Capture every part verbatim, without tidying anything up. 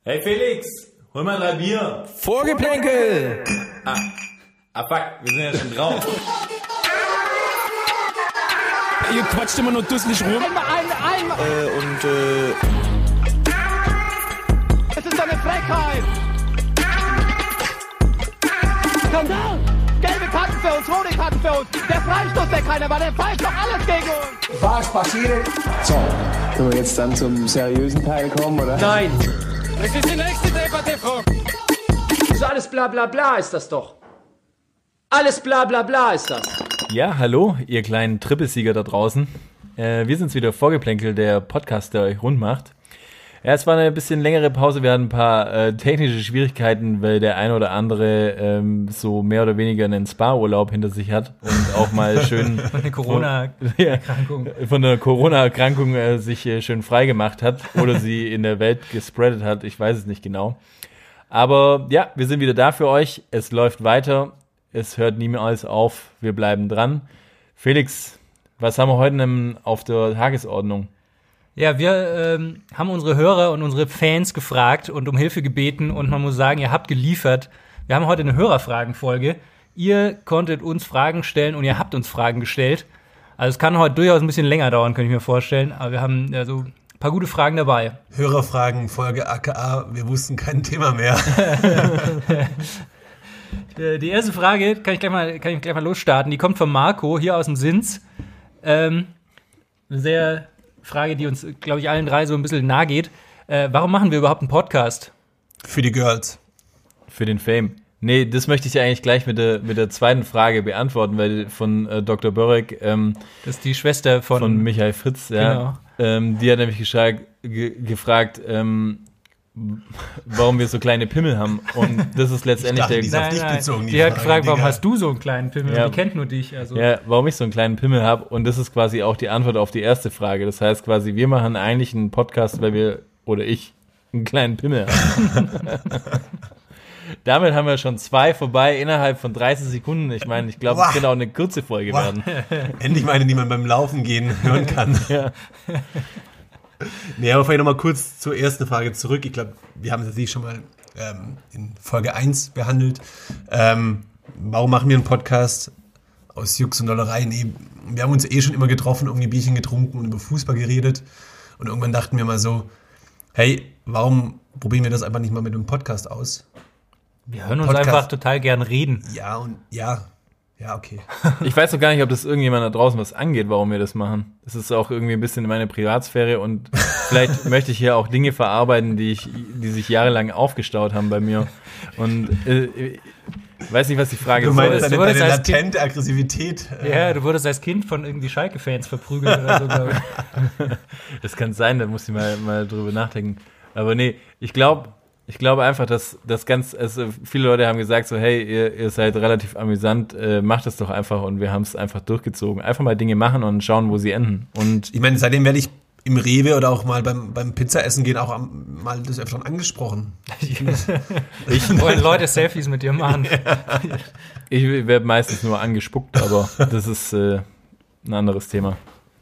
Hey Felix, hol mal drei Bier. Vorgeplänkel! Ah, ah fuck, wir sind ja schon drauf. Ihr quatscht immer nur dusselig rum. Einmal, einmal, einmal. Äh, und, äh... Es ist eine Frechheit. Skandal! Gelbe Karten für uns, rote Karten für uns. Der Freistoß, der keiner war, der pfeift doch alles gegen uns. Was passiert? So, können wir jetzt dann zum seriösen Teil kommen, oder? Nein. Das ist die nächste Debatte, Frau. So alles bla bla bla ist das doch. Alles bla bla bla ist das. Ja, hallo, ihr kleinen Trippelsieger da draußen. Äh, wir sind's wieder, Vorgeplänkel, der Podcast, der euch rund macht. Ja, es war eine bisschen längere Pause. Wir hatten ein paar äh, technische Schwierigkeiten, weil der ein oder andere ähm, so mehr oder weniger einen Spa-Urlaub hinter sich hat und auch mal schön von der Corona-Erkrankung ja, von der Corona-Erkrankung äh, sich äh, schön frei gemacht hat oder sie in der Welt gespreadet hat. Ich weiß es nicht genau. Aber ja, wir sind wieder da für euch. Es läuft weiter. Es hört niemals auf. Wir bleiben dran. Felix, was haben wir heute denn auf der Tagesordnung? Ja, wir ähm, haben unsere Hörer und unsere Fans gefragt und um Hilfe gebeten und man muss sagen, ihr habt geliefert. Wir haben heute eine Hörerfragenfolge. Ihr konntet uns Fragen stellen und ihr habt uns Fragen gestellt. Also es kann heute durchaus ein bisschen länger dauern, könnte ich mir vorstellen. Aber wir haben ja so ein paar gute Fragen dabei. Hörerfragenfolge aka, wir wussten kein Thema mehr. Die erste Frage kann ich gleich mal, kann ich gleich mal losstarten. Die kommt von Marco hier aus dem Sins. Ähm, eine sehr Frage, die uns, glaube ich, allen drei so ein bisschen nahe geht. Äh, warum machen wir überhaupt einen Podcast? Für die Girls. Für den Fame. Nee, das möchte ich ja eigentlich gleich mit der, mit der zweiten Frage beantworten, weil von äh, Doktor Börek, ähm, das ist die Schwester von, von Michael Fritz, ja, genau. ähm, die hat nämlich geschag, ge, gefragt, ähm, warum wir so kleine Pimmel haben. Und das ist letztendlich dachte, der... die ist auf dich bezogen, die die hat Frage, gefragt, warum Digga. hast du so einen kleinen Pimmel? Ja. Die kennt nur dich. Also. Ja, warum ich so einen kleinen Pimmel habe. Und das ist quasi auch die Antwort auf die erste Frage. Das heißt quasi, wir machen eigentlich einen Podcast, weil wir, oder ich, einen kleinen Pimmel haben. Damit haben wir schon zwei vorbei innerhalb von dreißig Sekunden. Ich meine, ich glaube, es Wow. könnte auch eine kurze Folge Wow. werden. Endlich mal eine, die man beim Laufen gehen hören kann. Ja. Nee, aber vielleicht nochmal kurz zur ersten Frage zurück. Ich glaube, wir haben es natürlich schon mal ähm, in Folge eins behandelt. Ähm, warum machen wir einen Podcast? Aus Jux und Dollerei? Nee, wir haben uns eh schon immer getroffen, irgendwie Bierchen getrunken und über Fußball geredet. Und irgendwann dachten wir mal so, hey, warum probieren wir das einfach nicht mal mit einem Podcast aus? Wir hören uns Podcast. einfach total gern reden. Ja und ja, ja, okay. Ich weiß doch gar nicht, ob das irgendjemand da draußen was angeht, warum wir das machen. Es ist auch irgendwie ein bisschen meine Privatsphäre und vielleicht möchte ich hier auch Dinge verarbeiten, die ich, die sich jahrelang aufgestaut haben bei mir. Und äh, ich weiß nicht, was die Frage Du meinst soll. deine, Du wurdest deine als latente Aggressivität. Äh, Ja, du wurdest als Kind von irgendwie Schalke-Fans verprügelt oder so, glaube ich. Das kann sein, da muss ich mal, mal drüber nachdenken. Aber nee, ich glaube ich glaube einfach, dass das ganz, also viele Leute haben gesagt so, hey, ihr, ihr seid relativ amüsant, äh, macht es doch einfach und wir haben es einfach durchgezogen. Einfach mal Dinge machen und schauen, wo sie enden. Und Ich meine, seitdem werde ich im Rewe oder auch mal beim, beim Pizzaessen gehen auch am, mal des Öfteren angesprochen. Ich wollen Leute Selfies mit dir machen. ich werde meistens nur angespuckt, aber das ist äh, ein anderes Thema.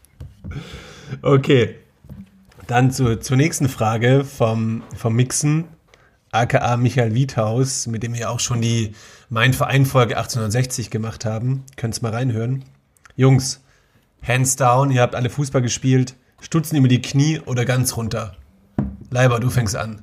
Okay. Dann zu, zur nächsten Frage vom, vom Mixen, aka Michael Wiethaus, mit dem wir auch schon die Mein Verein Folge achtzehnhundertsechzig gemacht haben. Könnt's mal reinhören. Jungs, hands down, ihr habt alle Fußball gespielt. Stutzen über die Knie oder ganz runter? Leiber, du fängst an.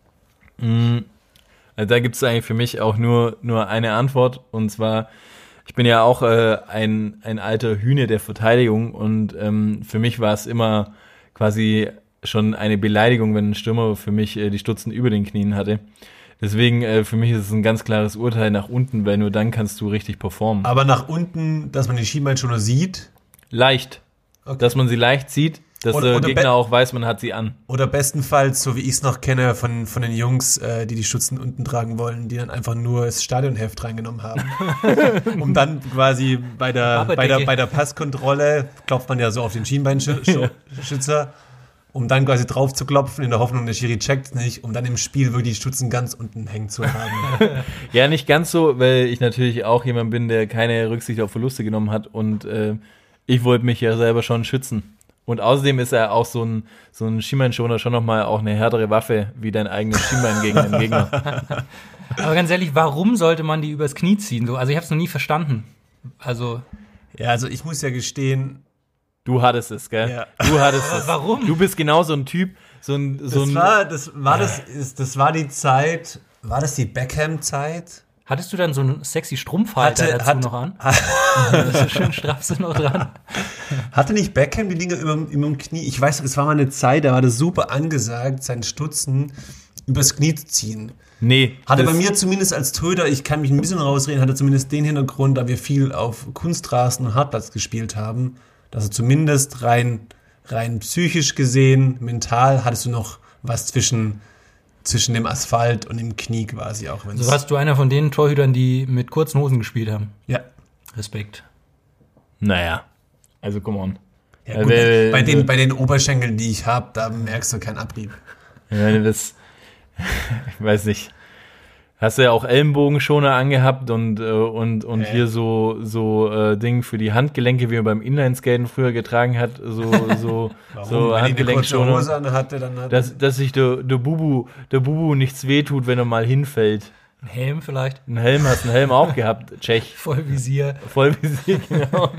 Also da gibt es eigentlich für mich auch nur, nur eine Antwort. Und zwar, ich bin ja auch äh, ein, ein alter Hühne der Verteidigung. Und ähm, für mich war es immer quasi schon eine Beleidigung, wenn ein Stürmer für mich äh, die Stutzen über den Knien hatte. Deswegen, äh, für mich ist es ein ganz klares Urteil nach unten, weil nur dann kannst du richtig performen. Aber nach unten, dass man die Schienbeinschoner sieht. Leicht. Okay. Dass man sie leicht sieht, dass Oder- der oder Gegner be- auch weiß, man hat sie an. Oder bestenfalls, so wie ich es noch kenne, von, von den Jungs, äh, die die Stutzen unten tragen wollen, die dann einfach nur das Stadionheft reingenommen haben. Um dann quasi bei der, Aber bei, der, Dicke. bei der Passkontrolle klopft man ja so auf den Schienbeinschützer, um dann quasi drauf zu klopfen, in der Hoffnung, der Schiri checkt nicht, um dann im Spiel wirklich die Stutzen ganz unten hängen zu haben. Ja, nicht ganz so, weil ich natürlich auch jemand bin, der keine Rücksicht auf Verluste genommen hat und äh, ich wollte mich ja selber schon schützen. Und außerdem ist er auch so ein, so ein Schienbeinschoner schon nochmal auch eine härtere Waffe wie dein eigenes Schienbein gegen den Gegner. Aber ganz ehrlich, warum sollte man die übers Knie ziehen? So, also ich habe es noch nie verstanden. Also Ja, also ich muss ja gestehen, Du hattest es, gell? Ja. Du hattest es. Warum? Du bist genau so ein Typ, so ein, so das ein war, das war das, ist, das war die Zeit, war das die Beckham-Zeit? hattest du dann so einen sexy Strumpfhalter Hatte- dazu hat- noch an? Das ist schön straff sind noch dran. Hatte nicht Beckham die Dinge über, über dem Knie? Ich weiß, es war mal eine Zeit, da war das super angesagt, seinen Stutzen übers Knie zu ziehen. Nee. Hatte das- bei mir zumindest als Torhüter, ich kann mich ein bisschen rausreden, hatte zumindest den Hintergrund, da wir viel auf Kunstrasen und Hartplatz gespielt haben, dass du zumindest rein, rein psychisch gesehen, mental, hattest du noch was zwischen, zwischen dem Asphalt und dem Knie quasi auch. Wenn's, So warst du einer von den Torhütern, die mit kurzen Hosen gespielt haben. ja. Respekt. Naja. Also, come on. Ja, gut, Äh, bei, den, äh, bei den Oberschenkeln, die ich habe, da merkst du keinen Abrieb. Ja, das, ich weiß nicht. Hast du ja auch Ellenbogenschoner angehabt und, äh, und, und Ja. hier so, so äh, Ding für die Handgelenke, wie man beim Inlineskaten früher getragen hat, so, so, so Wenn ich eine kurze Hose Handgelenkschoner. an hatte, dann hat Dass, dass sich der, der Bubu, der Bubu nichts wehtut, wenn er mal hinfällt. Ein Helm vielleicht. Ein Helm hast du einen Helm auch gehabt, Tschech. Vollvisier. Vollvisier, genau.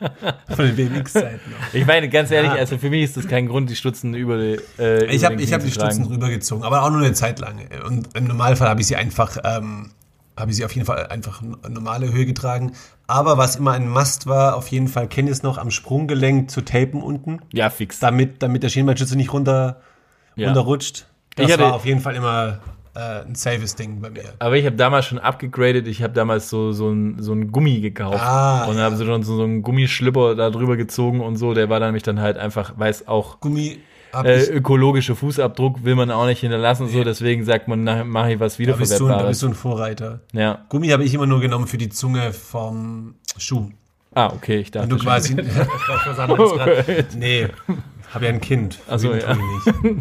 von den W M X-Zeiten noch. Ich meine, ganz ehrlich, Ah. also für mich ist das kein Grund, die Stutzen über die äh, Ich über habe den ich hab Knie die zu tragen. Stutzen rübergezogen, aber auch nur eine Zeit lang. Und im Normalfall habe ich sie einfach, ähm, habe ich sie auf jeden Fall einfach n- normale Höhe getragen. Aber was immer ein Must war, auf jeden Fall, kennt ihr es noch, am Sprunggelenk zu tapen unten, Ja, fix. damit, damit der Schienbeinschütze nicht runter, Ja. runterrutscht. Das Ich hatte- war auf jeden Fall immer äh, ein safes Ding bei mir. Aber ich habe damals schon abgegradet. Ich habe damals so, so ein so ein Gummi gekauft. Ah, und ja. habe so, schon so einen Gummischlipper da drüber gezogen und so. Der war dann nämlich dann halt einfach, weiß auch, Gummi habe äh, ich, ökologischer Fußabdruck will man auch nicht hinterlassen. So, deswegen sagt man, na, mache ich was da bist, du, ein- da wiederverwertbares. bist du ein Vorreiter. Ja. Gummi habe ich immer nur genommen für die Zunge vom Schuh. Ah, okay, ich dachte Wenn du schon. quasi, Was anderes grad. nee, habe ja ein Kind. Ach so, ja. Nicht.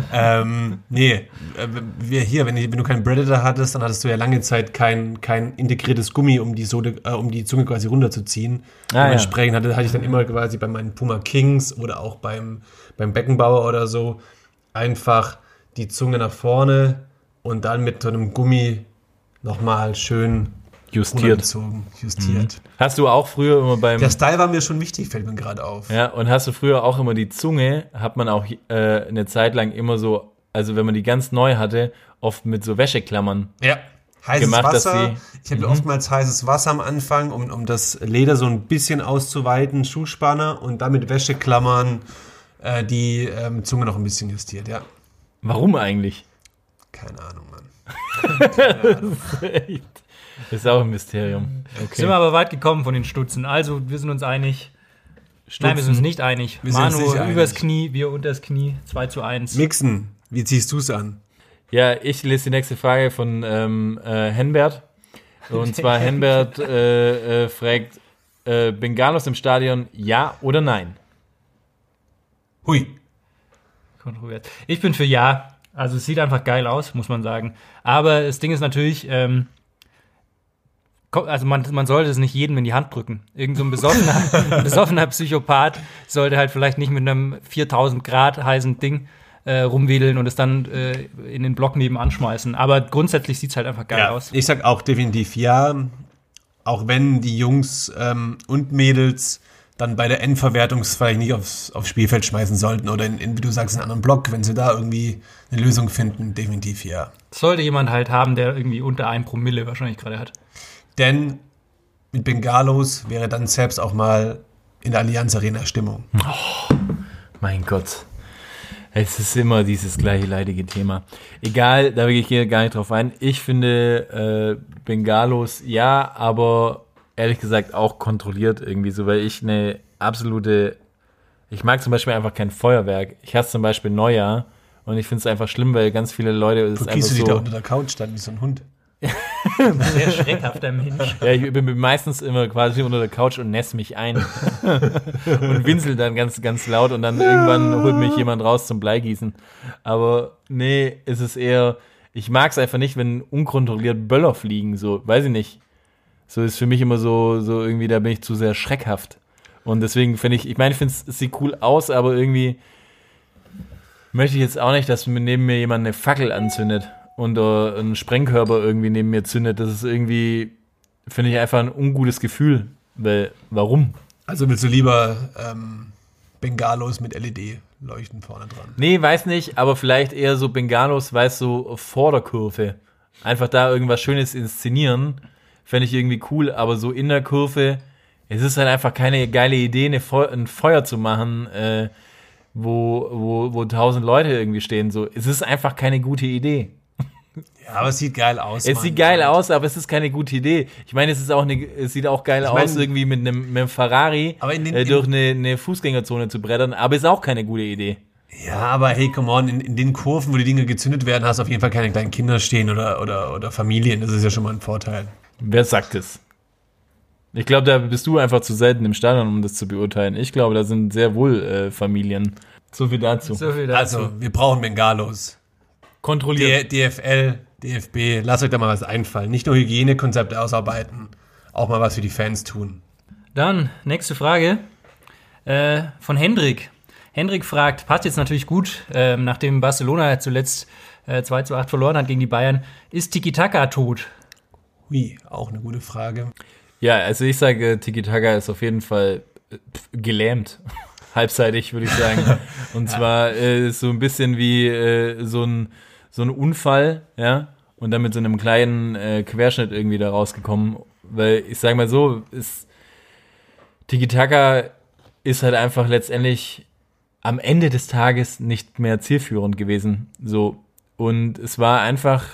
ähm, nee, äh, wir hier, wenn, ich, wenn du keinen Predator hattest, dann hattest du ja lange Zeit kein, kein integriertes Gummi, um die, Sode, äh, um die Zunge quasi runterzuziehen. Ah, Dementsprechend hatte, hatte ich dann immer quasi bei meinen Puma Kings oder auch beim, beim Beckenbauer oder so einfach die Zunge nach vorne und dann mit so einem Gummi nochmal schön Justiert. runtergezogen, justiert. Hast du auch früher immer beim Der Style war mir schon wichtig, fällt mir gerade auf. Ja, und hast du früher auch immer die Zunge, hat man auch äh, eine Zeit lang immer so, also wenn man die ganz neu hatte, oft mit so Wäscheklammern. Ja. Heißes Gemacht, dass Wasser. sie- Ich habe oftmals heißes Wasser am Anfang, um, um das Leder so ein bisschen auszuweiten, Schuhspanner und dann mit Wäscheklammern äh, die ähm, Zunge noch ein bisschen justiert, ja. Warum eigentlich? Keine Ahnung, Mann. Echt? Das ist auch ein Mysterium. Sind wir aber weit gekommen von den Stutzen. Also, wir sind uns einig. Nein, wir sind uns nicht einig. Wir sind uns Manu nicht einig. übers Knie, wir unters Knie. zwei zu eins. Mixen, wie ziehst du es an? Ja, ich lese die nächste Frage von ähm, äh, Henbert. Und zwar Henbert äh, äh, fragt, äh, Bengalos im Stadion, ja oder nein? Hui. Kontrovers. Ich bin für ja. Also es sieht einfach geil aus, muss man sagen. Aber das Ding ist natürlich, ähm, ko- also man, man sollte es nicht jedem in die Hand drücken. Irgend so ein besoffener, besoffener Psychopath sollte halt vielleicht nicht mit einem viertausend Grad heißen Ding äh, rumwedeln und es dann äh, in den Block nebenan schmeißen. Aber grundsätzlich sieht es halt einfach geil Ja, aus. ich sag auch definitiv ja. Auch wenn die Jungs ähm, und Mädels dann bei der Endverwertung vielleicht nicht aufs, aufs Spielfeld schmeißen sollten oder in, in, wie du sagst, in einen anderen Block, wenn sie da irgendwie eine Lösung finden, definitiv ja. Sollte jemand halt haben, der irgendwie unter ein Promille wahrscheinlich gerade hat. Denn mit Bengalos wäre dann selbst auch mal in der Allianz Arena Stimmung. Mein Gott. Es ist immer dieses gleiche leidige Thema. Egal, da will ich hier gar nicht drauf ein. Ich finde äh, Bengalos ja, aber ehrlich gesagt auch kontrolliert irgendwie so, weil ich eine absolute, ich mag zum Beispiel einfach kein Feuerwerk. Ich hasse zum Beispiel Neujahr und ich finde es einfach schlimm, weil ganz viele Leute es Wo einfach gehst du dich da so, unter der Couch dann wie so ein Hund? Sehr schreckhafter Mensch. ja, ich bin meistens immer quasi unter der Couch und näss mich ein und winsel dann ganz, ganz laut und dann irgendwann holt mich jemand raus zum Bleigießen. Aber nee, es ist eher, ich mag es einfach nicht, wenn unkontrolliert Böller fliegen, so, weiß ich nicht. So ist für mich immer so, so irgendwie, da bin ich zu sehr schreckhaft. Und deswegen finde ich, ich meine, ich finde es sieht cool aus, aber irgendwie möchte ich jetzt auch nicht, dass neben mir jemand eine Fackel anzündet und uh, einen Sprengkörper irgendwie neben mir zündet. Das ist irgendwie, finde ich, einfach ein ungutes Gefühl. Weil, warum? Also willst du lieber ähm, Bengalos mit L E D-Leuchten vorne dran? Nee, weiß nicht, aber vielleicht eher so Bengalos, weißt du, so vor der Kurve. Einfach da irgendwas Schönes inszenieren, fände ich irgendwie cool, aber so in der Kurve, es ist halt einfach keine geile Idee, eine Feu- ein Feuer zu machen, äh, wo, wo, wo tausend Leute irgendwie stehen. So, es ist einfach keine gute Idee. Ja, aber es sieht geil aus. Es Mann. sieht geil aus, aber es ist keine gute Idee. Ich meine, es ist auch eine, es sieht auch geil Ich mein, aus, irgendwie mit einem, mit einem Ferrari aber in den, äh, durch eine, eine Fußgängerzone zu brettern, aber ist auch keine gute Idee. Ja, aber hey, come on, in, in den Kurven, wo die Dinge gezündet werden, hast du auf jeden Fall keine kleinen Kinder stehen oder, oder, oder Familien. Das ist ja schon mal ein Vorteil. Wer sagt es? Ich glaube, da bist du einfach zu selten im Stadion, um das zu beurteilen. Ich glaube, da sind sehr wohl äh, Familien. So viel dazu. So viel dazu. Also, wir brauchen Bengalos. Kontrolliert. D- D F L, D F B, lasst euch da mal was einfallen. Nicht nur Hygienekonzepte ausarbeiten, auch mal was für die Fans tun. Dann, nächste Frage äh, von Hendrik. Hendrik fragt, passt jetzt natürlich gut, äh, nachdem Barcelona zuletzt äh, zwei zu acht verloren hat gegen die Bayern, ist Tiki-Taka tot? Hui, auch eine gute Frage. Ja, also ich sage, Tiki-Taka ist auf jeden Fall äh, gelähmt. Halbseitig, würde ich sagen. Und zwar äh, so ein bisschen wie äh, so ein so ein Unfall, ja, und dann mit so einem kleinen äh, Querschnitt irgendwie da rausgekommen. Weil ich sage mal so, ist Tiki-Taka ist halt einfach letztendlich am Ende des Tages nicht mehr zielführend gewesen. So. Und es war einfach,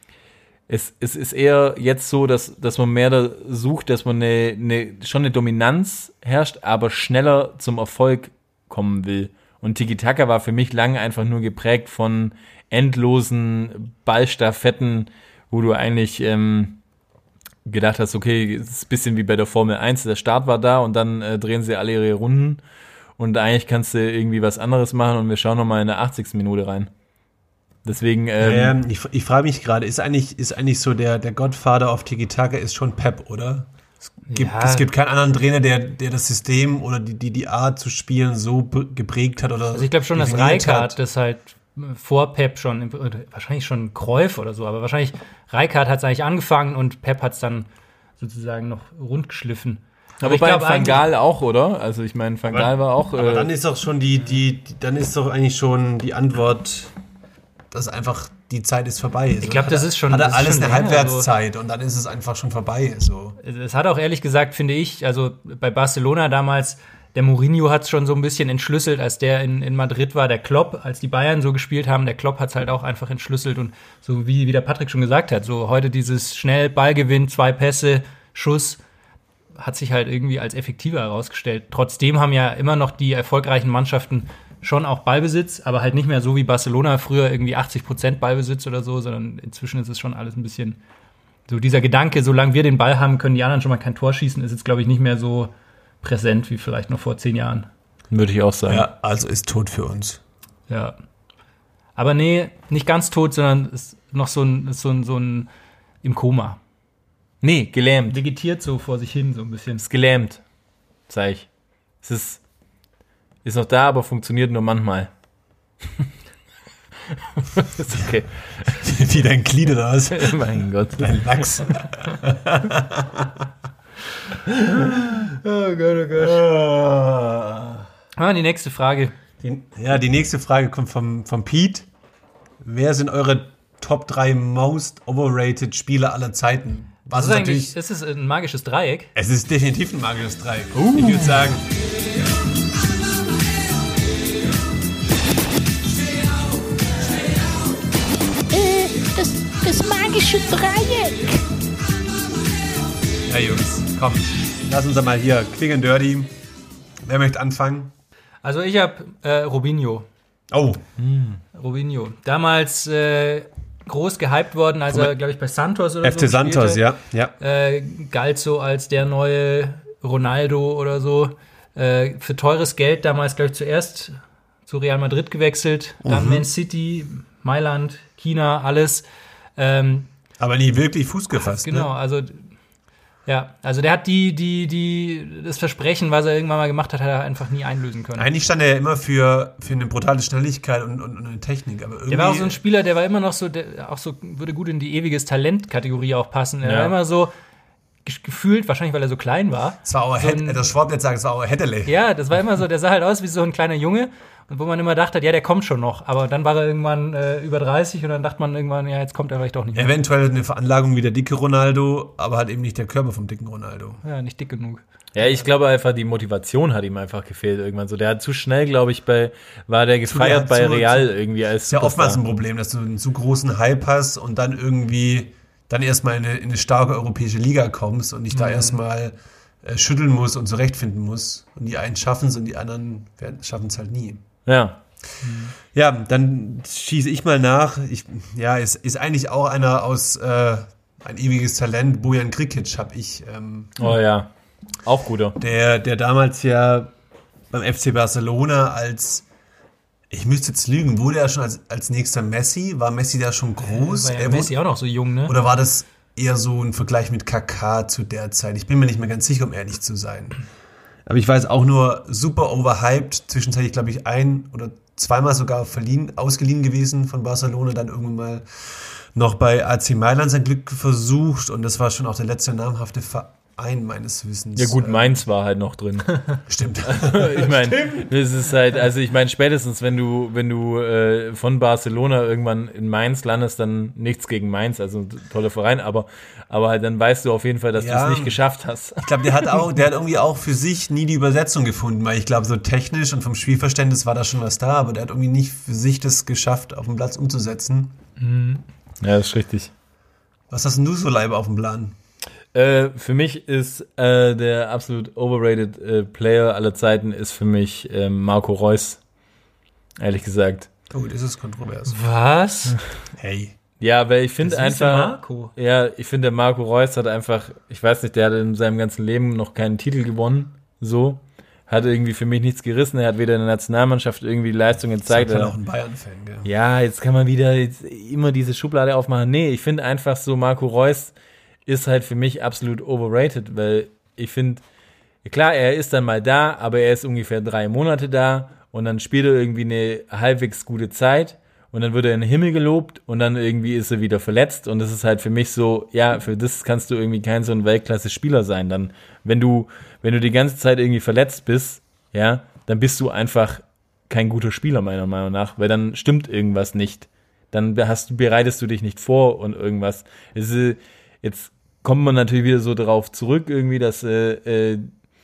es, es ist eher jetzt so, dass, dass man mehr da sucht, dass man eine, eine, schon eine Dominanz herrscht, aber schneller zum Erfolg kommen will. Und Tiki-Taka war für mich lange einfach nur geprägt von endlosen Ballstaffetten, wo du eigentlich ähm, gedacht hast, okay, es ist ein bisschen wie bei der Formel eins, der Start war da und dann äh, drehen sie alle ihre Runden und eigentlich kannst du irgendwie was anderes machen und wir schauen nochmal in der achtzigsten Minute rein. Deswegen, ähm, Ähm, ich ich frage mich gerade, ist eigentlich, ist eigentlich so der, der Godfather of Tiki-Taka ist schon Pep, oder? Es gibt, Ja. es gibt keinen anderen Trainer, der, der das System oder die, die, die Art zu spielen so be- geprägt hat. Oder Also ich glaube schon, dass definiert Rijkaard hat. das halt vor Pep schon, oder wahrscheinlich schon Cruyff oder so, aber wahrscheinlich Rijkaard hat es eigentlich angefangen und Pep hat es dann sozusagen noch rund geschliffen. aber ich bei glaub Van eigentlich- Gaal auch, oder? Also ich meine, Van Gaal war auch... Aber Äh, dann ist doch schon die, die, die, dann ist doch eigentlich schon die Antwort, dass einfach die Zeit ist vorbei. Ich glaub, das ist schon- Hat er das ist alles schon eine länger, Halbwertszeit und dann ist es einfach schon vorbei. So. Es hat auch ehrlich gesagt, finde ich, also bei Barcelona damals, der Mourinho hat es schon so ein bisschen entschlüsselt, als der in, in Madrid war, der Klopp, als die Bayern so gespielt haben, der Klopp hat es halt auch einfach entschlüsselt und so wie, wie der Patrick schon gesagt hat, so heute dieses schnell Ballgewinn, zwei Pässe, Schuss, hat sich halt irgendwie als effektiver herausgestellt. Trotzdem haben ja immer noch die erfolgreichen Mannschaften schon auch Ballbesitz, aber halt nicht mehr so wie Barcelona früher irgendwie achtzig Prozent Ballbesitz oder so, sondern inzwischen ist es schon alles ein bisschen so dieser Gedanke, solange wir den Ball haben, können die anderen schon mal kein Tor schießen, ist jetzt, glaube ich, nicht mehr so präsent wie vielleicht noch vor zehn Jahren. würde ich auch sagen. Ja, also ist tot für uns. Ja. Aber nee, nicht ganz tot, sondern ist noch so ein, ist so ein, so ein im Koma. Nee, gelähmt. Vegetiert so vor sich hin, so ein bisschen. Ist gelähmt, sag ich. Es ist, ist noch da, aber funktioniert nur manchmal. Ist okay. Wie dein Glied oder was? Mein Gott. Dein Lachs. Oh Gott, oh Gott. Ah, die nächste Frage. Die, ja, die nächste Frage kommt vom, vom Pete. Wer sind eure Top drei most overrated Spieler aller Zeiten? Was Das ist ist eigentlich, natürlich, ist es ein magisches Dreieck? es ist definitiv ein magisches Dreieck. Ich würde sagen, Äh, das, das magische Dreieck. ja Jungs, komm, lass uns mal hier quick and dirty. Wer möchte anfangen? Also ich habe äh, Robinho. Oh, Robinho. Damals äh, groß gehypt worden, als er, glaube ich, bei Santos oder F C so Santos, spielte. ja. ja. Äh, galt so als der neue Ronaldo oder so. Äh, für teures Geld damals, glaube ich, zuerst zu Real Madrid gewechselt, dann Man City, Mailand, China, alles. Ähm, Aber nie wirklich Fuß gefasst. genau, Ne? also Ja, also der hat die, die, die, das Versprechen, was er irgendwann mal gemacht hat, hat er einfach nie einlösen können. Eigentlich stand er ja immer für, für eine brutale Schnelligkeit und, und, und eine Technik. Aber irgendwie Der war auch so ein Spieler, der war immer noch so, der auch so, würde gut in die ewiges Talent-Kategorie auch passen. Er Ja. war immer so ge- gefühlt, wahrscheinlich weil er so klein war. Das war auch so Head, ein- der Schwab jetzt sagt, es war auch Headley. Ja, das war immer so, der sah halt aus wie so ein kleiner Junge. Und wo man immer dachte, ja, der kommt schon noch. Aber dann war er irgendwann äh, über dreißig und dann dachte man irgendwann, ja, jetzt kommt er vielleicht doch nicht mehr. Eventuell eine Veranlagung wie der dicke Ronaldo, aber halt eben nicht der Körper vom dicken Ronaldo. Ja, nicht dick genug. Ja, ich glaube einfach, die Motivation hat ihm einfach gefehlt irgendwann so. Der hat zu schnell, glaube ich, bei, war der gefeiert zu- bei zu- Real irgendwie als Das ist ja oftmals ein Superstar. Problem, dass du einen zu großen Hype hast und dann irgendwie dann erstmal in eine, in eine starke europäische Liga kommst und dich da erstmal äh, schütteln musst und zurechtfinden musst. Und die einen schaffen es und die anderen schaffen es halt nie. Ja. Ja, dann schieße ich mal nach. Ich, ja, es ist eigentlich auch einer aus äh, ein ewiges Talent. Bojan Krikic habe ich. Ähm, Oh ja. Auch guter. der, der damals ja beim F C Barcelona als, ich müsste jetzt lügen, wurde er schon als, als nächster Messi? War Messi da schon groß? War ja Er Messi wurde, auch noch so jung, ne? oder war das eher so ein Vergleich mit Kaká zu der Zeit? Ich bin mir nicht mehr ganz sicher, um ehrlich zu sein. Aber ich weiß auch nur, super overhyped, zwischenzeitlich glaube ich ein oder zweimal sogar verliehen, ausgeliehen gewesen von Barcelona, dann irgendwann mal noch bei A C Mailand sein Glück versucht und das war schon auch der letzte namhafte Verein meines Wissens. Ja gut, Äh, Mainz war halt noch drin. Stimmt. Ich meine, das ist halt, also ich meine, spätestens wenn du, wenn du äh, von Barcelona irgendwann in Mainz landest, dann nichts gegen Mainz, also ein toller Verein, aber, aber halt dann weißt du auf jeden Fall, dass Ja. du es nicht geschafft hast. Ich glaube, der hat auch, der hat irgendwie auch für sich nie die Übersetzung gefunden, weil ich glaube, so technisch und vom Spielverständnis war da schon was da, aber der hat irgendwie nicht für sich das geschafft, auf dem Platz umzusetzen. Ja, das ist richtig. Was hast denn du so Leibe auf dem Plan? Äh, für mich ist äh, der absolut overrated äh, Player aller Zeiten ist für mich äh, Marco Reus, ehrlich gesagt. Oh, das ist kontrovers. Was? Hey. Ja, weil ich finde Das ist der einfach, Marco. ja, ich finde, der Marco Reus hat einfach, ich weiß nicht, der hat in seinem ganzen Leben noch keinen Titel gewonnen, so, hat irgendwie für mich nichts gerissen, er hat weder in der Nationalmannschaft irgendwie Leistungen gezeigt. Ich bin oder- auch ein Bayern-Fan, gell? Ja, jetzt kann man wieder jetzt immer diese Schublade aufmachen. Nee, ich finde einfach so, Marco Reus ist halt für mich absolut overrated, weil ich finde, klar, er ist dann mal da, aber er ist ungefähr drei Monate da und dann spielt er irgendwie eine halbwegs gute Zeit und dann wird er in den Himmel gelobt und dann irgendwie ist er wieder verletzt und das ist halt für mich so, ja, für das kannst du irgendwie kein so ein Weltklasse-Spieler sein. Dann, wenn du, wenn du die ganze Zeit irgendwie verletzt bist, ja, dann bist du einfach kein guter Spieler, meiner Meinung nach, weil dann stimmt irgendwas nicht. Dann hast, bereitest du dich nicht vor und irgendwas. Es ist, jetzt kommt man natürlich wieder so darauf zurück, irgendwie, dass äh, äh,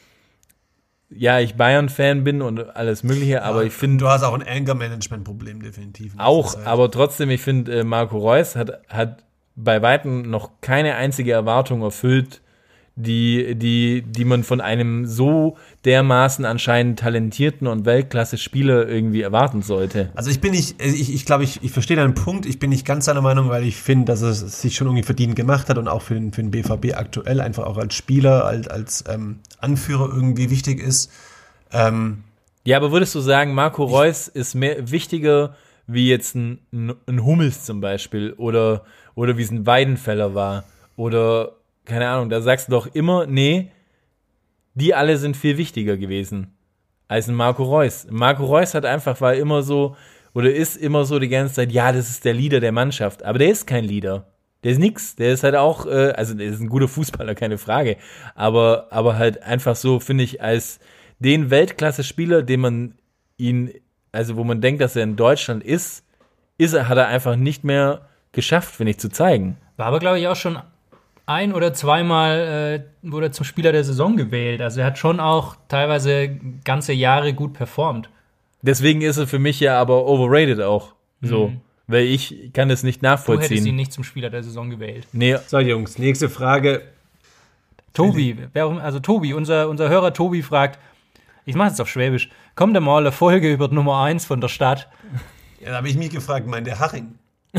ja, ich Bayern-Fan bin und alles Mögliche, aber ich finde Du hast auch ein Anger-Management-Problem, definitiv. in auch, letzter Zeit. aber trotzdem, ich finde, äh, Marco Reus hat, hat bei Weitem noch keine einzige Erwartung erfüllt, die, die, die man von einem so dermaßen anscheinend talentierten und Weltklasse-Spieler irgendwie erwarten sollte. Also ich bin nicht, ich, ich glaube, ich, ich verstehe deinen Punkt. Ich bin nicht ganz deiner Meinung, weil ich finde, dass er es sich schon irgendwie verdient gemacht hat und auch für den, für den B V B aktuell einfach auch als Spieler, als, als ähm, Anführer irgendwie wichtig ist. Ähm, Ja, aber würdest du sagen, Marco Reus ist mehr wichtiger wie jetzt ein, ein, ein Hummels zum Beispiel oder, oder wie es ein Weidenfeller war oder keine Ahnung, da sagst du doch immer, nee, die alle sind viel wichtiger gewesen als ein Marco Reus. Marco Reus hat einfach, war immer so, oder ist immer so die ganze Zeit, ja, das ist der Leader der Mannschaft. Aber der ist kein Leader. Der ist nix. Der ist halt auch, äh, also der ist ein guter Fußballer, keine Frage. Aber, aber halt einfach so, finde ich, als den Weltklasse-Spieler, den man ihn, also wo man denkt, dass er in Deutschland ist, ist er, hat er einfach nicht mehr geschafft, finde ich, zu zeigen. War aber, glaube ich, auch schon ein- oder zweimal äh, wurde er zum Spieler der Saison gewählt. Also er hat schon auch teilweise ganze Jahre gut performt. Deswegen ist er für mich ja aber overrated auch. So. Mhm. Weil ich kann das nicht Du hättest ihn nachvollziehen. nicht zum Spieler der Saison gewählt. Nee, so, Jungs, nächste Frage. Tobi, wer, auch- also Tobi, unser, unser Hörer Tobi fragt, ich mache es auf Schwäbisch, kommt da mal eine Folge über die Nummer eins von der Stadt? Ja, da habe ich mich gefragt, meint der Haching?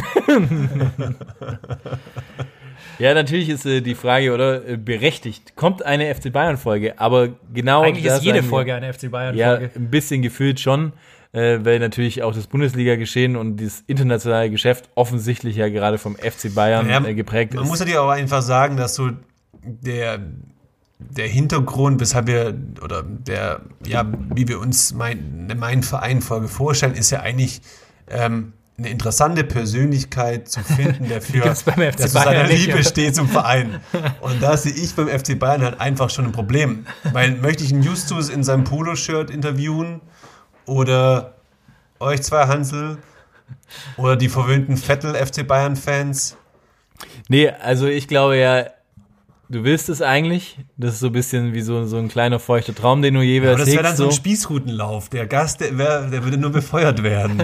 ja, natürlich ist äh, die Frage, oder, äh, berechtigt. Kommt eine F C Bayern-Folge, aber genau Eigentlich das ist jede sagen wir- Folge eine F C Ja, Bayern-Folge. ein bisschen gefühlt schon, äh, weil natürlich auch das Bundesliga-Geschehen und das internationale Geschäft offensichtlich ja gerade vom F C Bayern Ja, äh, geprägt Man ist. muss ja dir auch einfach sagen, dass so der, der Hintergrund, weshalb wir, oder der, ja, wie wir uns mein, meinen Verein Folge vorstellen, ist ja eigentlich ähm, eine interessante Persönlichkeit zu finden, der für gibt's beim F C der zu Bayern seiner nicht, Liebe oder? steht zum Verein. Und da sehe ich beim F C Bayern halt einfach schon ein Problem. Weil möchte ich einen Justus in seinem Poloshirt interviewen oder euch zwei Hansel oder die verwöhnten Vettel-F C Bayern-Fans? Nee, also ich glaube ja, du willst es eigentlich. Das ist so ein bisschen wie so, so ein kleiner feuchter Traum, den du Aber jeweils das wäre dann hegst. so ein So. Spießrutenlauf. Der Gast, der, wär, der würde nur befeuert werden.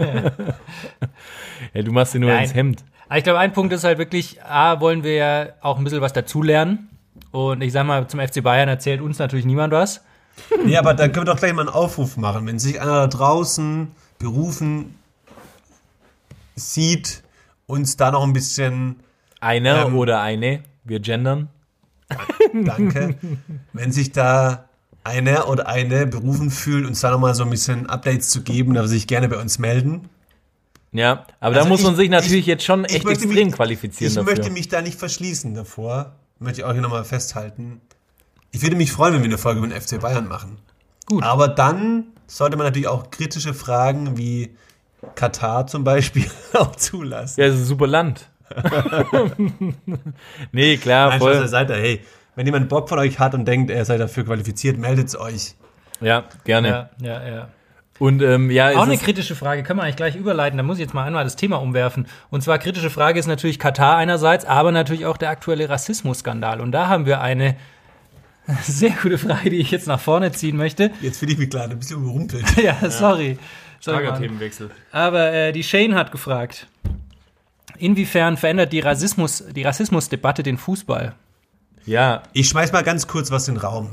Ja, du machst dir nur Nein. ins Hemd. Aber ich glaube, ein Punkt ist halt wirklich, A, wollen wir ja auch ein bisschen was dazulernen. Und ich sag mal, zum F C Bayern erzählt uns natürlich niemand was. Nee, aber dann können wir doch gleich mal einen Aufruf machen. Wenn sich einer da draußen berufen sieht, uns da noch ein bisschen, Einer Ähm. oder eine, wir gendern. danke, wenn sich da einer oder eine berufen fühlt, uns da noch mal so ein bisschen Updates zu geben, darf sich gerne bei uns melden. Ja, aber Also da muss ich- man sich natürlich ich- jetzt schon ich echt möchte extrem mich- qualifizieren Ich dafür. möchte mich da nicht verschließen davor. Möchte ich auch hier nochmal festhalten. Ich würde mich freuen, wenn wir eine Folge über den F C Bayern machen. Gut. Aber dann sollte man natürlich auch kritische Fragen wie Katar zum Beispiel auch zulassen. Ja, es ist ein super Land. Nee, klar, Nein, Spaß voll. beiseite. Hey, wenn jemand Bock von euch hat und denkt, er sei dafür qualifiziert, meldet euch. Ja, gerne. Ja, ja, ja. Und ähm, ja, Auch es eine ist, kritische Frage, können wir eigentlich gleich überleiten, da muss ich jetzt mal einmal das Thema umwerfen. Und zwar kritische Frage ist natürlich Katar einerseits, aber natürlich auch der aktuelle Rassismusskandal. Und da haben wir eine sehr gute Frage, die ich jetzt nach vorne ziehen möchte. Jetzt finde ich mich gerade ein bisschen überrumpelt. Ja, sorry. sorry starker Mann. Themenwechsel. Aber äh, die Shane hat gefragt, inwiefern verändert die Rassismus, die Rassismusdebatte den Fußball? Ja, Ich schmeiß mal ganz kurz was in den Raum.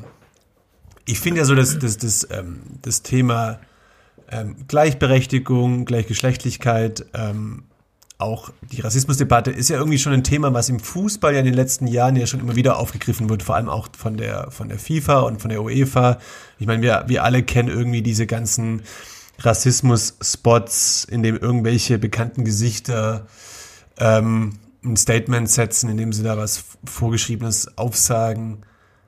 Ich finde ja so, dass das, das, ähm, das Thema ähm, Gleichberechtigung, Gleichgeschlechtlichkeit, ähm, auch die Rassismusdebatte ist ja irgendwie schon ein Thema, was im Fußball ja in den letzten Jahren ja schon immer wieder aufgegriffen wird, vor allem auch von der, von der FIFA und von der UEFA. Ich meine, wir, wir alle kennen irgendwie diese ganzen Rassismus-Spots, in dem irgendwelche bekannten Gesichter ähm, ein Statement setzen, indem sie da was Vorgeschriebenes aufsagen.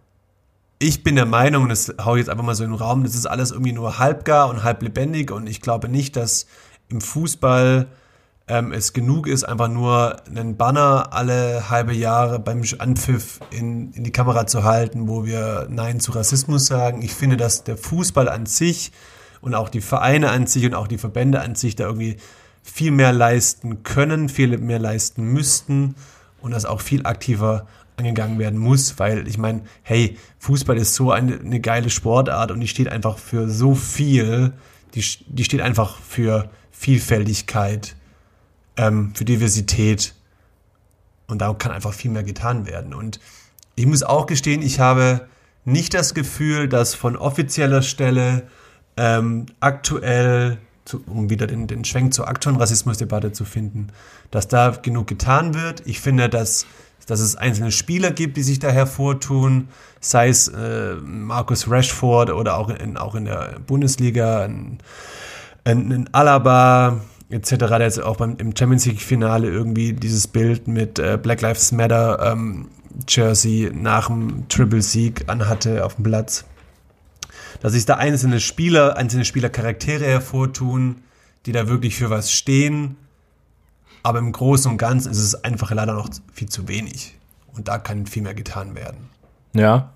Ich bin der Meinung, und das hau ich jetzt einfach mal so in den Raum, das ist alles irgendwie nur halbgar und halb lebendig und ich glaube nicht, dass im Fußball ähm, es genug ist, einfach nur einen Banner alle halbe Jahre beim Anpfiff in, in die Kamera zu halten, wo wir Nein zu Rassismus sagen. Ich finde, dass der Fußball an sich und auch die Vereine an sich und auch die Verbände an sich da irgendwie viel mehr leisten können, viel mehr leisten müssten und das auch viel aktiver angegangen werden muss, weil ich meine, hey, Fußball ist so eine, eine geile Sportart und die steht einfach für so viel, die, die steht einfach für Vielfältigkeit, ähm, für Diversität und da kann einfach viel mehr getan werden. Und ich muss auch gestehen, ich habe nicht das Gefühl, dass von offizieller Stelle ähm, aktuell, zu, um wieder den, den Schwenk zur aktuellen Rassismusdebatte zu finden, dass da genug getan wird. Ich finde, dass, dass es einzelne Spieler gibt, die sich da hervortun, sei es äh, Marcus Rashford oder auch in, auch in der Bundesliga, ein, ein, ein Alaba et cetera, der jetzt auch beim, im Champions League-Finale irgendwie dieses Bild mit äh, Black Lives Matter ähm, Jersey nach dem Triple-Sieg anhatte auf dem Platz. Dass sich da einzelne Spieler, einzelne Spielercharaktere hervortun, die da wirklich für was stehen. Aber im Großen und Ganzen ist es einfach leider noch viel zu wenig. Und da kann viel mehr getan werden. ja.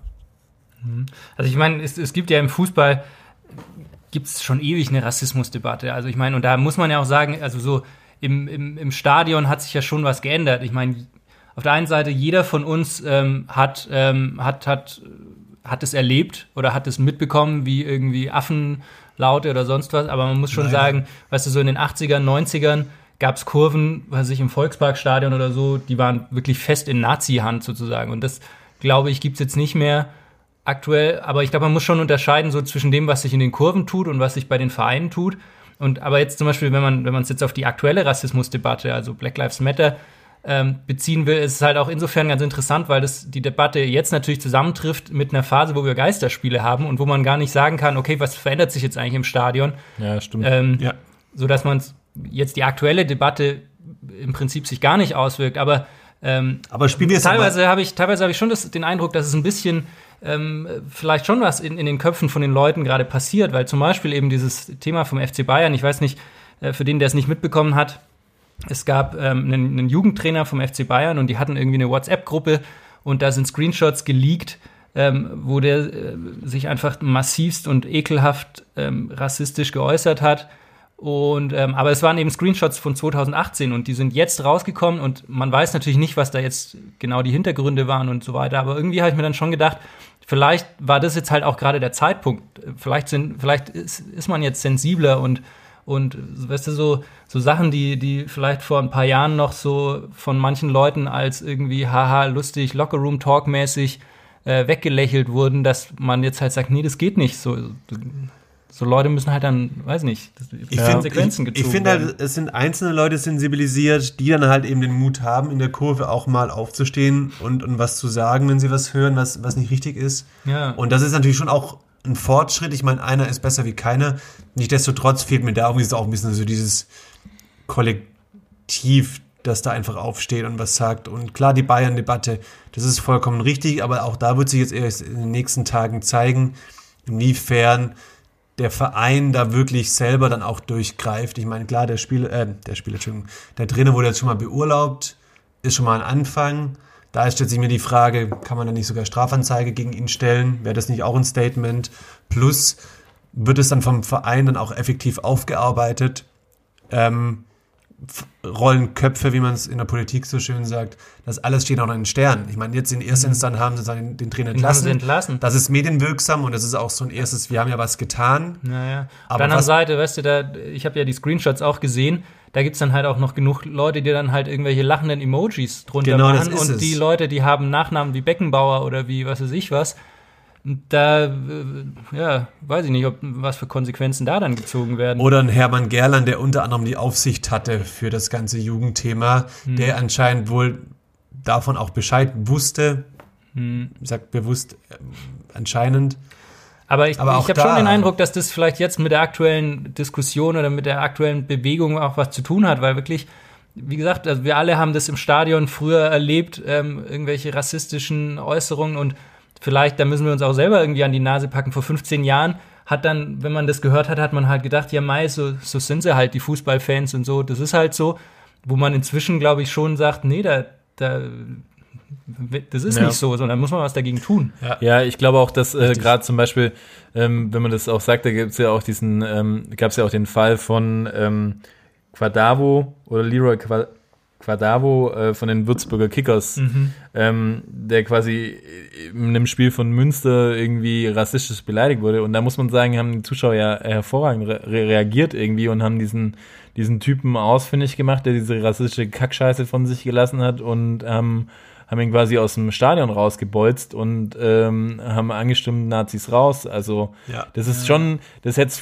Also ich meine, es, es gibt ja im Fußball, gibt es schon ewig eine Rassismusdebatte. Also ich meine, und da muss man ja auch sagen, also so im, im, im Stadion hat sich ja schon was geändert. Ich meine, auf der einen Seite, jeder von uns ähm, hat, ähm, hat, hat, hat es erlebt oder hat es mitbekommen, wie irgendwie Affenlaute oder sonst was. Aber man muss schon Nein. sagen, weißt du, so in den achtzigern, neunzigern gab es Kurven, weiß ich, im Volksparkstadion oder so, die waren wirklich fest in Nazi-Hand sozusagen. Und das, glaube ich, gibt es jetzt nicht mehr aktuell. Aber ich glaube, man muss schon unterscheiden so zwischen dem, was sich in den Kurven tut und was sich bei den Vereinen tut. Und aber jetzt zum Beispiel, wenn man wenn man es jetzt auf die aktuelle Rassismusdebatte, also Black Lives Matter, ähm, beziehen will, ist es halt auch insofern ganz interessant, weil das die Debatte jetzt natürlich zusammentrifft mit einer Phase, wo wir Geisterspiele haben und wo man gar nicht sagen kann, okay, was verändert sich jetzt eigentlich im Stadion? Ja, stimmt. Ähm, Ja. so dass man jetzt die aktuelle Debatte im Prinzip sich gar nicht auswirkt. Aber Ähm, Aber spielen wir jetzt teilweise habe ich, teilweise habe ich schon das, den Eindruck, dass es ein bisschen ähm, vielleicht schon was in, in den Köpfen von den Leuten gerade passiert, weil zum Beispiel eben dieses Thema vom F C Bayern, ich weiß nicht, äh, für den, der es nicht mitbekommen hat, es gab ähm, einen, einen Jugendtrainer vom F C Bayern und die hatten irgendwie eine WhatsApp-Gruppe und da sind Screenshots geleakt, ähm, wo der äh, sich einfach massivst und ekelhaft ähm, rassistisch geäußert hat. Und ähm, aber es waren eben Screenshots von zwanzig achtzehn und die sind jetzt rausgekommen und man weiß natürlich nicht, was da jetzt genau die Hintergründe waren und so weiter. Aber irgendwie habe ich mir dann schon gedacht, vielleicht war das jetzt halt auch gerade der Zeitpunkt. Vielleicht sind, vielleicht ist, ist man jetzt sensibler und und weißt du, so so Sachen, die die vielleicht vor ein paar Jahren noch so von manchen Leuten als irgendwie haha lustig Lockerroom Talk mäßig äh, weggelächelt wurden, dass man jetzt halt sagt, nee, das geht nicht. So So Leute müssen halt dann, weiß nicht, ich Konsequenzen find, gezogen Ich, ich finde werden. halt, es sind einzelne Leute sensibilisiert, die dann halt eben den Mut haben, in der Kurve auch mal aufzustehen und, und was zu sagen, wenn sie was hören, was, was nicht richtig ist. Ja. Und das ist natürlich schon auch ein Fortschritt. Ich meine, einer ist besser wie keiner. Nichtsdestotrotz fehlt mir da irgendwie auch ein bisschen so dieses Kollektiv, das da einfach aufsteht und was sagt. Und klar, die Bayern-Debatte, das ist vollkommen richtig, aber auch da wird sich jetzt erst in den nächsten Tagen zeigen, inwiefern der Verein da wirklich selber dann auch durchgreift. Ich meine, klar, der Spieler, äh, der Spieler, Entschuldigung, der Trainer wurde jetzt schon mal beurlaubt, ist schon mal ein Anfang. Da stellt sich mir die Frage, kann man da nicht sogar Strafanzeige gegen ihn stellen? Wäre das nicht auch ein Statement? Plus, wird es dann vom Verein dann auch effektiv aufgearbeitet? Ähm, Rollenköpfe, wie man es in der Politik so schön sagt, das alles steht auch noch in den Sternen. Ich meine, jetzt in erster Instanz haben sie dann den, den Trainer entlassen. haben sie entlassen. Das ist medienwirksam und das ist auch so ein erstes, wir haben ja was getan. Naja. Auf Aber der anderen was- Seite, weißt du, da, ich habe ja die Screenshots auch gesehen, da gibt's dann halt auch noch genug Leute, die dann halt irgendwelche lachenden Emojis drunter Genau, das machen. ist Und es. die Leute, die haben Nachnamen wie Beckenbauer oder wie was weiß ich was. Und da, äh, ja, weiß ich nicht, ob was für Konsequenzen da dann gezogen werden. Oder ein Hermann Gerland, der unter anderem die Aufsicht hatte für das ganze Jugendthema, Hm. der anscheinend wohl davon auch Bescheid wusste. Hm. Ich sag bewusst äh, anscheinend. Aber ich, Aber ich auch habe da- schon den Eindruck, dass das vielleicht jetzt mit der aktuellen Diskussion oder mit der aktuellen Bewegung auch was zu tun hat, weil wirklich, wie gesagt, also wir alle haben das im Stadion früher erlebt, ähm, irgendwelche rassistischen Äußerungen und vielleicht, da müssen wir uns auch selber irgendwie an die Nase packen. Vor fünfzehn Jahren hat dann, wenn man das gehört hat, hat man halt gedacht, ja Mai, so, so sind sie halt, die Fußballfans und so, das ist halt so, wo man inzwischen, glaube ich, schon sagt, nee, da, da das ist Ja. nicht so, sondern muss man was dagegen tun. Ja, ich glaube auch, dass äh, gerade zum Beispiel, ähm, wenn man das auch sagt, da gibt es ja auch diesen, ähm, gab es ja auch den Fall von ähm, Quadavo oder Leroy Qua- Quadavo äh, von den Würzburger Kickers, Mhm. ähm, der quasi in einem Spiel von Münster irgendwie rassistisch beleidigt wurde. Und da muss man sagen, haben die Zuschauer ja hervorragend re- reagiert irgendwie und haben diesen, diesen Typen ausfindig gemacht, der diese rassistische Kackscheiße von sich gelassen hat und ähm, haben ihn quasi aus dem Stadion rausgebolzt und ähm, haben angestimmt, Nazis raus. Also Ja. das ist schon, das hätte es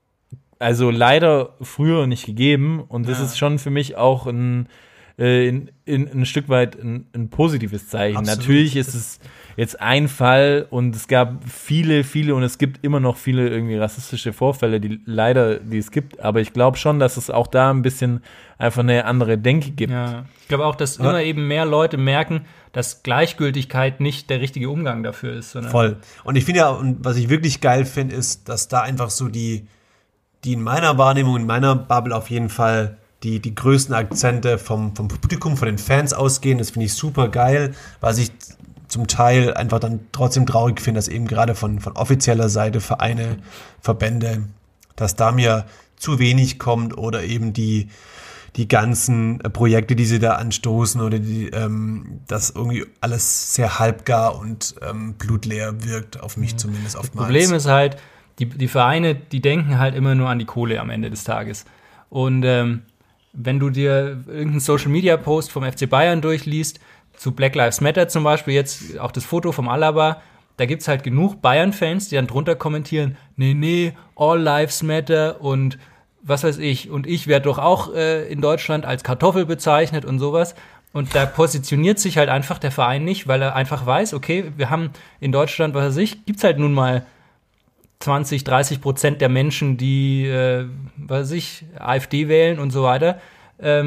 also leider früher nicht gegeben und das Ja. ist schon für mich auch ein, äh, in, in, ein Stück weit ein, ein positives Zeichen. Absolut. Natürlich ist es jetzt ein Fall und es gab viele, viele und es gibt immer noch viele irgendwie rassistische Vorfälle, die leider, die es gibt, aber ich glaube schon, dass es auch da ein bisschen einfach eine andere Denke gibt. Ja, ich glaube auch, dass Aber- immer eben mehr Leute merken, dass Gleichgültigkeit nicht der richtige Umgang dafür ist. Sondern Voll. Und ich finde ja, und was ich wirklich geil finde, ist, dass da einfach so die, die in meiner Wahrnehmung, in meiner Bubble auf jeden Fall die, die größten Akzente vom, vom Publikum, von den Fans ausgehen. Das finde ich super geil, was ich zum Teil einfach dann trotzdem traurig finde, dass eben gerade von, von offizieller Seite Vereine, Verbände, dass da mir zu wenig kommt oder eben die, die ganzen äh, Projekte, die sie da anstoßen oder die, ähm, das irgendwie alles sehr halbgar und ähm, blutleer wirkt, auf mich zumindest das oftmals. Problem ist halt, die, die Vereine, die denken halt immer nur an die Kohle am Ende des Tages. Und ähm, wenn du dir irgendeinen Social-Media-Post vom F C Bayern durchliest, zu Black Lives Matter zum Beispiel, jetzt auch das Foto vom Alaba, da gibt's halt genug Bayern-Fans, die dann drunter kommentieren, nee, nee, all lives matter und was weiß ich, und ich werde doch auch äh, in Deutschland als Kartoffel bezeichnet und sowas. Und da positioniert sich halt einfach der Verein nicht, weil er einfach weiß, okay, wir haben in Deutschland, was weiß ich, gibt's halt nun mal zwanzig, dreißig Prozent der Menschen, die, äh, was weiß ich, AfD wählen und so weiter. Ähm,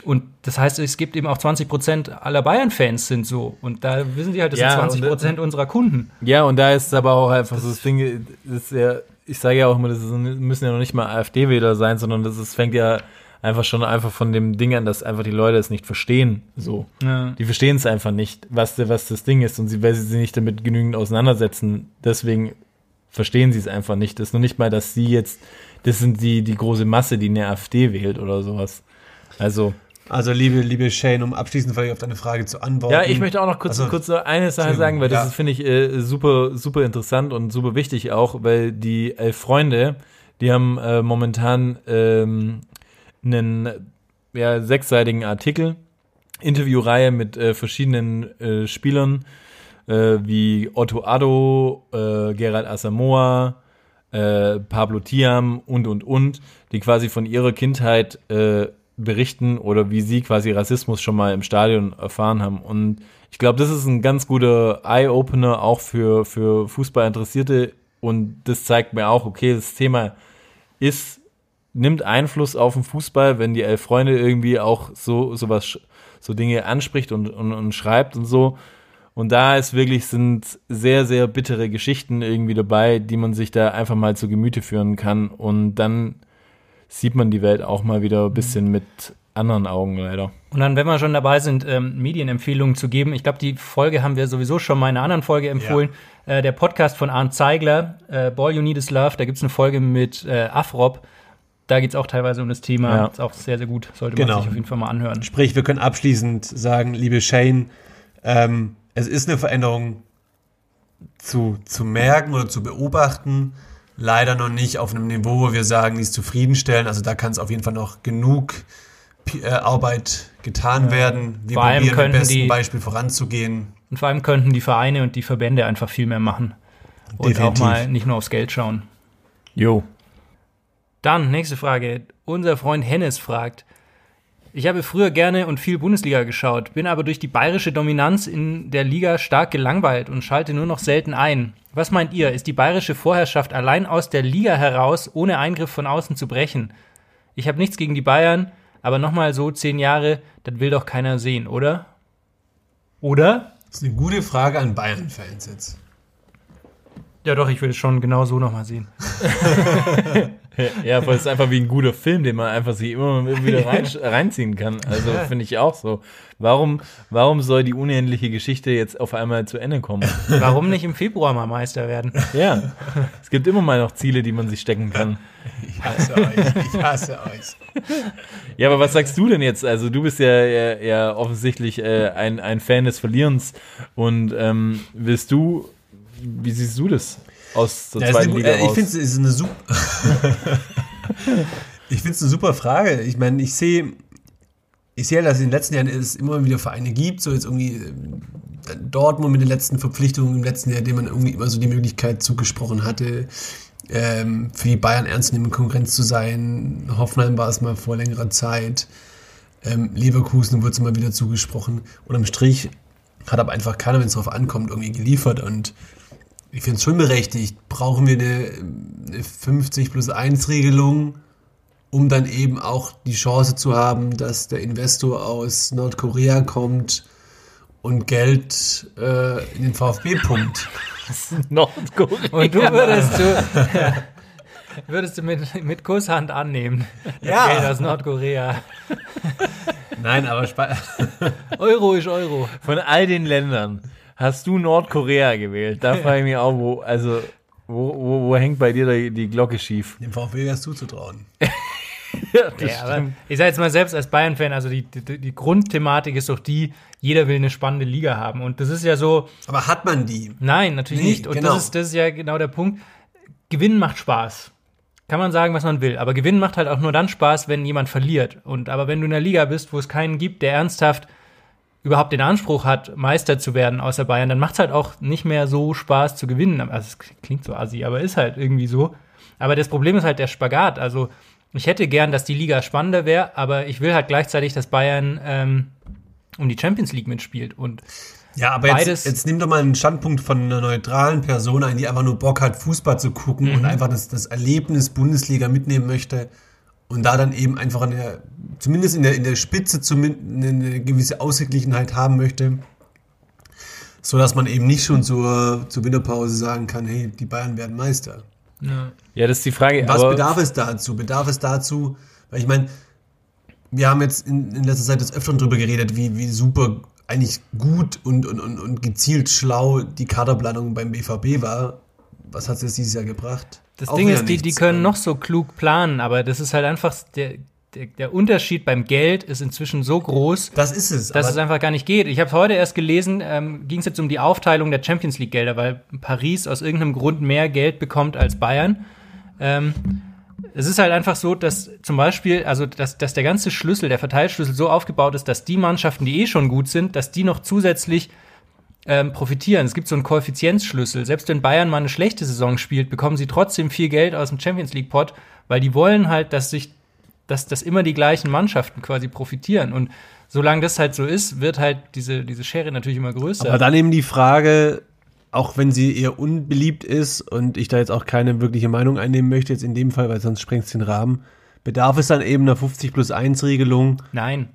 Und das heißt, es gibt eben auch zwanzig Prozent aller Bayern-Fans sind so. Und da wissen die halt, das Ja, sind zwanzig Prozent und- unserer Kunden. Ja, und da ist aber auch einfach so das Ding, das ist ja, ich sage ja auch immer, das ist, müssen ja noch nicht mal AfD-Wähler sein, sondern das ist, fängt ja einfach schon einfach von dem Ding an, dass einfach die Leute es nicht verstehen. So. Ja. Die verstehen es einfach nicht, was, was das Ding ist, und sie, weil sie sich nicht damit genügend auseinandersetzen, deswegen verstehen sie es einfach nicht. Das ist noch nicht mal, dass sie jetzt, das sind die, die große Masse, die eine AfD wählt oder sowas. Also. Also, liebe, liebe Shane, um abschließend vielleicht auf deine Frage zu antworten. Ja, ich möchte auch noch kurz, Also, kurz noch eine Sache sagen, weil das ja. ist, finde ich, äh, super, super interessant und super wichtig auch, weil die elf Freunde, die haben äh, momentan ähm, einen ja, sechsseitigen Artikel, Interviewreihe mit äh, verschiedenen äh, Spielern, äh, wie Otto Addo, äh, Gerald Asamoah, äh, Pablo Thiam und, und, und, die quasi von ihrer Kindheit äh, berichten oder wie sie quasi Rassismus schon mal im Stadion erfahren haben. Und ich glaube, das ist ein ganz guter Eye-Opener auch für, für Fußballinteressierte, und das zeigt mir auch, okay, das Thema ist, nimmt Einfluss auf den Fußball, wenn die elf Freunde irgendwie auch so sowas, so Dinge anspricht und, und, und schreibt und so. Und da ist wirklich, sind sehr, sehr bittere Geschichten irgendwie dabei, die man sich da einfach mal zu Gemüte führen kann, und dann sieht man die Welt auch mal wieder ein bisschen mit anderen Augen leider. Und dann, wenn wir schon dabei sind, ähm, Medienempfehlungen zu geben, ich glaube, die Folge haben wir sowieso schon mal in einer anderen Folge empfohlen. Ja. Äh, der Podcast von Arndt Zeigler, äh, Ball You Need Is Love, da gibt es eine Folge mit äh, Afrop. Da geht es auch teilweise um das Thema. Ja. Ist auch sehr, sehr gut. Sollte Genau. man sich auf jeden Fall mal anhören. Sprich, wir können abschließend sagen, liebe Shane, ähm, es ist eine Veränderung zu, zu merken oder zu beobachten. Leider noch nicht auf einem Niveau, wo wir sagen, die ist zufriedenstellend. Also da kann es auf jeden Fall noch genug äh, Arbeit getan werden. Wir Vor allem probieren im könnten besten die- Beispiel voranzugehen. Und vor allem könnten die Vereine und die Verbände einfach viel mehr machen. Und Definitiv. auch mal nicht nur aufs Geld schauen. Jo. Dann, nächste Frage. Unser Freund Hennes fragt: Ich habe früher gerne und viel Bundesliga geschaut, bin aber durch die bayerische Dominanz in der Liga stark gelangweilt und schalte nur noch selten ein. Was meint ihr? Ist die bayerische Vorherrschaft allein aus der Liga heraus, ohne Eingriff von außen zu brechen? Ich habe nichts gegen die Bayern, aber nochmal so zehn Jahre, das will doch keiner sehen, oder? Oder? Das ist eine gute Frage an Bayern-Fans jetzt. Ja doch, ich will es schon genau so nochmal sehen. Ja, weil es ist einfach wie ein guter Film, den man einfach sich immer wieder rein, reinziehen kann. Also finde ich auch so. Warum, warum soll die unendliche Geschichte jetzt auf einmal zu Ende kommen? Warum nicht im Februar mal Meister werden? Ja, es gibt immer mal noch Ziele, die man sich stecken kann. Ich hasse euch, ich hasse euch. Ja, aber was sagst du denn jetzt? Also du bist ja, ja, ja offensichtlich äh, ein, ein Fan des Verlierens, und ähm, willst du, wie siehst du das aus der Ja, ist zweiten eine, Liga äh, ich raus? finde es ist eine super. Ich finde es eine super Frage. Ich meine, ich sehe, ich sehe, dass es in den letzten Jahren es immer wieder Vereine gibt, so jetzt irgendwie äh, Dortmund mit den letzten Verpflichtungen im letzten Jahr, dem man irgendwie immer so die Möglichkeit zugesprochen hatte, ähm, für die Bayern ernstnehmend Konkurrenz zu sein. Hoffenheim war es mal vor längerer Zeit. Ähm, Leverkusen wurde es mal wieder zugesprochen. Und am Strich hat aber einfach keiner, wenn es darauf ankommt, irgendwie geliefert. Und ich finde es schon berechtigt. Brauchen wir eine, eine fünfzig plus eins Regelung, um dann eben auch die Chance zu haben, dass der Investor aus Nordkorea kommt und Geld äh, in den VfB pumpt. Nordkorea. Und du würdest du, ja, würdest du mit, mit Kusshand annehmen. Das Ja. Geld aus Nordkorea. Nein, aber Sp- Euro ist Euro. Von all den Ländern hast du Nordkorea gewählt. Da frage ich mich auch, wo, also, wo, wo, wo hängt bei dir die, die Glocke schief? dem VfB wär's zuzutrauen. Ja, das Ja, aber ich sage jetzt mal selbst als Bayern-Fan, also die, die, die Grundthematik ist doch die, jeder will eine spannende Liga haben. Und das ist ja so, Aber hat man die? nein, natürlich Nee, nicht. Und genau. das, ist, das ist ja genau der Punkt. Gewinnen macht Spaß. Kann man sagen, was man will. Aber Gewinnen macht halt auch nur dann Spaß, wenn jemand verliert. Und aber wenn du in einer Liga bist, wo es keinen gibt, der ernsthaft überhaupt den Anspruch hat, Meister zu werden außer Bayern, dann macht es halt auch nicht mehr so Spaß zu gewinnen. Also es klingt so assi, aber ist halt irgendwie so. Aber das Problem ist halt der Spagat. Also ich hätte gern, dass die Liga spannender wäre, aber ich will halt gleichzeitig, dass Bayern ähm, um die Champions League mitspielt. Und Ja, aber Beides- jetzt, jetzt nimm doch mal einen Standpunkt von einer neutralen Person ein, die einfach nur Bock hat, Fußball zu gucken Mhm. und einfach das, das Erlebnis Bundesliga mitnehmen möchte und da dann eben einfach in der, zumindest in der, in der Spitze zumindest eine gewisse Ausgeglichenheit haben möchte, so dass man eben nicht schon zur, zur Winterpause sagen kann, hey, die Bayern werden Meister. Ja, ja, das ist die Frage. Was aber bedarf es dazu? Bedarf es dazu, weil ich meine, wir haben jetzt in, in letzter Zeit des Öfteren drüber geredet, wie, wie super eigentlich gut und, und, und, und gezielt schlau die Kaderplanung beim B V B war. Was hat es jetzt dieses Jahr gebracht? Das Auch Ding wieder ist, die, die nichts. können noch so klug planen, aber das ist halt einfach, der, der, der Unterschied beim Geld ist inzwischen so groß, Das ist es. dass aber es einfach gar nicht geht. Ich habe heute erst gelesen, ähm, ging es jetzt um die Aufteilung der Champions League Gelder, weil Paris aus irgendeinem Grund mehr Geld bekommt als Bayern. Ähm, es ist halt einfach so, dass zum Beispiel, also dass, dass der ganze Schlüssel, der Verteilschlüssel so aufgebaut ist, dass die Mannschaften, die eh schon gut sind, dass die noch zusätzlich ähm, profitieren. Es gibt so einen Koeffizienzschlüssel. Selbst wenn Bayern mal eine schlechte Saison spielt, bekommen sie trotzdem viel Geld aus dem Champions League Pot, weil die wollen halt, dass sich, dass, dass immer die gleichen Mannschaften quasi profitieren. Und solange das halt so ist, wird halt diese, diese Schere natürlich immer größer. Aber dann eben die Frage, auch wenn sie eher unbeliebt ist und ich da jetzt auch keine wirkliche Meinung einnehmen möchte, jetzt in dem Fall, weil sonst sprengt es den Rahmen, bedarf es dann eben einer fünfzig plus eins Regelung? Nein.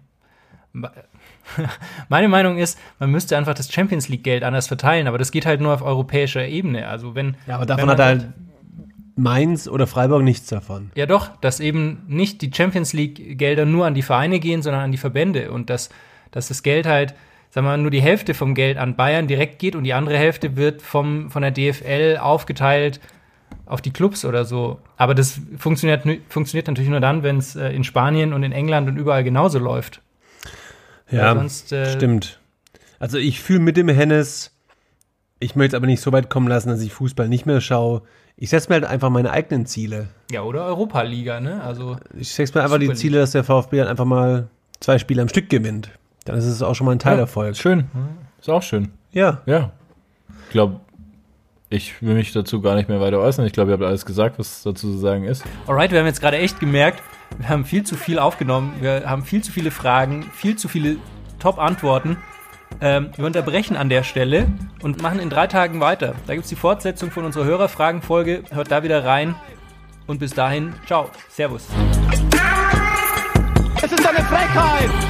Meine Meinung ist, man müsste einfach das Champions League Geld anders verteilen, aber das geht halt nur auf europäischer Ebene. Also wenn, Ja, aber wenn davon man hat halt Mainz oder Freiburg nichts davon. Ja doch, dass eben nicht die Champions League Gelder nur an die Vereine gehen, sondern an die Verbände und dass, dass das Geld halt, sagen wir mal, nur die Hälfte vom Geld an Bayern direkt geht und die andere Hälfte wird vom, von der D F L aufgeteilt auf die Clubs oder so. Aber das funktioniert, funktioniert natürlich nur dann, wenn es äh, in Spanien und in England und überall genauso läuft. Ja, Weil sonst, äh, stimmt. Also ich fühle mit dem Hennes, ich möchte es aber nicht so weit kommen lassen, dass ich Fußball nicht mehr schaue. Ich setze mir halt einfach meine eigenen Ziele. Ja, oder Europa-Liga, ne? Also Ich setze mir einfach die Superliga. Ziele, dass der VfB dann einfach mal zwei Spiele am Stück gewinnt. Dann ist es auch schon mal ein Teilerfolg. schön. Ist auch schön. Ja. Ja. Ich glaube, ich will mich dazu gar nicht mehr weiter äußern. Ich glaube, ihr habt alles gesagt, was dazu zu sagen ist. Alright, wir haben jetzt gerade echt gemerkt, wir haben viel zu viel aufgenommen, wir haben viel zu viele Fragen, viel zu viele Top-Antworten. Ähm, wir unterbrechen an der Stelle und machen in drei Tagen weiter. Da gibt es die Fortsetzung von unserer Hörerfragenfolge. Hört da wieder rein. Und bis dahin, ciao, servus. Es ist eine Frechheit!